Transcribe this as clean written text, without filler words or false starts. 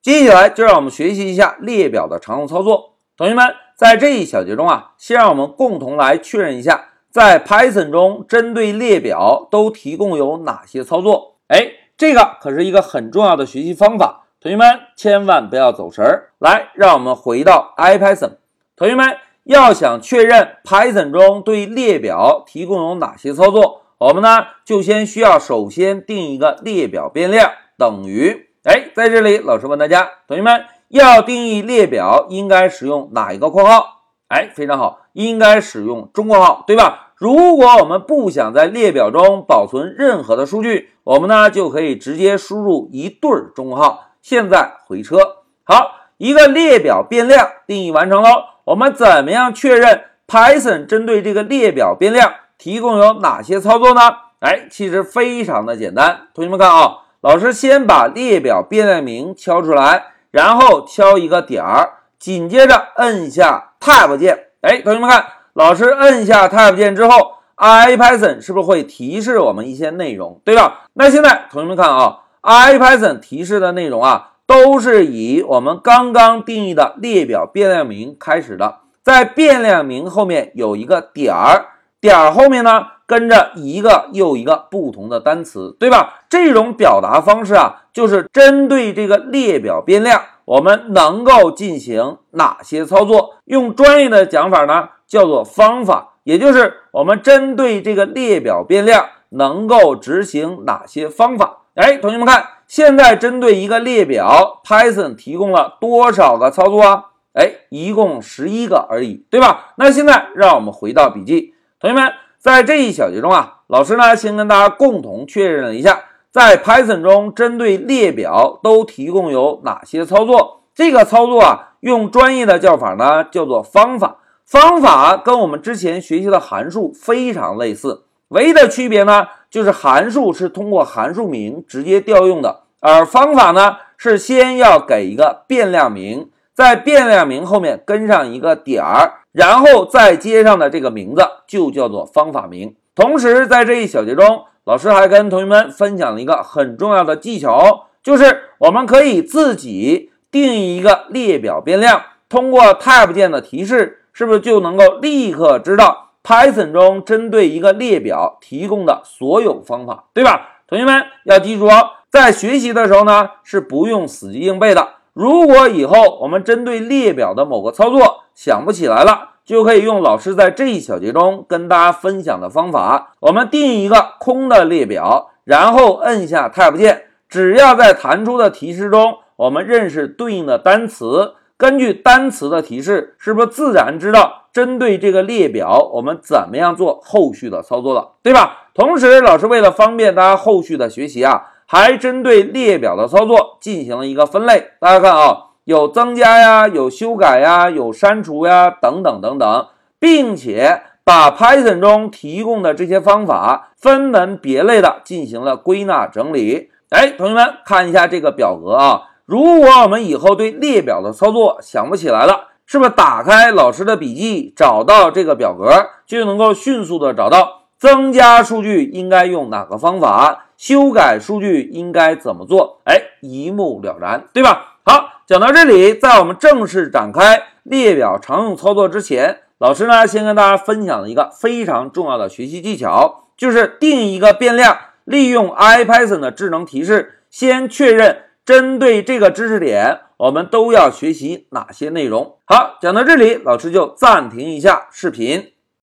接下来就让我们学习一下列表的常用操作。同学们，在这一小节中先让我们共同来确认一下，在 Python 中针对列表都提供有哪些操作。这个可是一个很重要的学习方法，同学们千万不要走神儿。来，让我们回到 IPython。同学们要想确认 Python 中对列表提供有哪些操作，我们呢就首先定一个列表变量等于在这里老师问大家，同学们要定义列表应该使用哪一个括号？非常好，应该使用中括号，对吧？如果我们不想在列表中保存任何的数据，我们呢就可以直接输入一对中括号。现在回车。好，一个列表变量定义完成喽。我们怎么样确认 Python 针对这个列表变量提供有哪些操作呢？其实非常的简单。同学们看老师先把列表变量名敲出来，然后敲一个点儿，紧接着摁下 Tab 键。同学们看，老师摁下 Tab 键之后 ，IPython 是不是会提示我们一些内容，对吧？那现在同学们看IPython 提示的内容都是以我们刚刚定义的列表变量名开始的，在变量名后面有一个点儿，点儿后面呢跟着一个又一个不同的单词，对吧？这种表达方式就是针对这个列表变量我们能够进行哪些操作，用专业的讲法呢叫做方法，也就是我们针对这个列表变量能够执行哪些方法。同学们看，现在针对一个列表 Python 提供了多少个操作一共11个而已，对吧？那现在让我们回到笔记。同学们，在这一小节中老师呢先跟大家共同确认了一下，在 Python 中针对列表都提供有哪些操作。这个操作用专业的叫法呢叫做方法。方法跟我们之前学习的函数非常类似，唯一的区别呢就是函数是通过函数名直接调用的，而方法呢是先要给一个变量名，在变量名后面跟上一个点儿，然后再接上的这个名字就叫做方法名。同时在这一小节中，老师还跟同学们分享了一个很重要的技巧就是我们可以自己定义一个列表变量，通过 Tab 键的提示，是不是就能够立刻知道 Python 中针对一个列表提供的所有方法，对吧？同学们要记住在学习的时候呢是不用死记硬背的。如果以后我们针对列表的某个操作想不起来了，就可以用老师在这一小节中跟大家分享的方法，我们定义一个空的列表，然后摁下 Tab 键，只要在弹出的提示中我们认识对应的单词，根据单词的提示，是不是自然知道针对这个列表我们怎么样做后续的操作了，对吧？同时老师为了方便大家后续的学习还针对列表的操作进行了一个分类。大家看有增加有修改有删除等等等等，并且把 Python 中提供的这些方法分门别类的进行了归纳整理。同学们看一下这个表格如果我们以后对列表的操作想不起来了，是不是打开老师的笔记，找到这个表格就能够迅速的找到增加数据应该用哪个方法，修改数据应该怎么做，一目了然，对吧？好，讲到这里，在我们正式展开列表常用操作之前，老师呢先跟大家分享了一个非常重要的学习技巧，就是定义一个变量，利用 IPython 的智能提示，先确认针对这个知识点我们都要学习哪些内容。好，讲到这里，老师就暂停一下视频。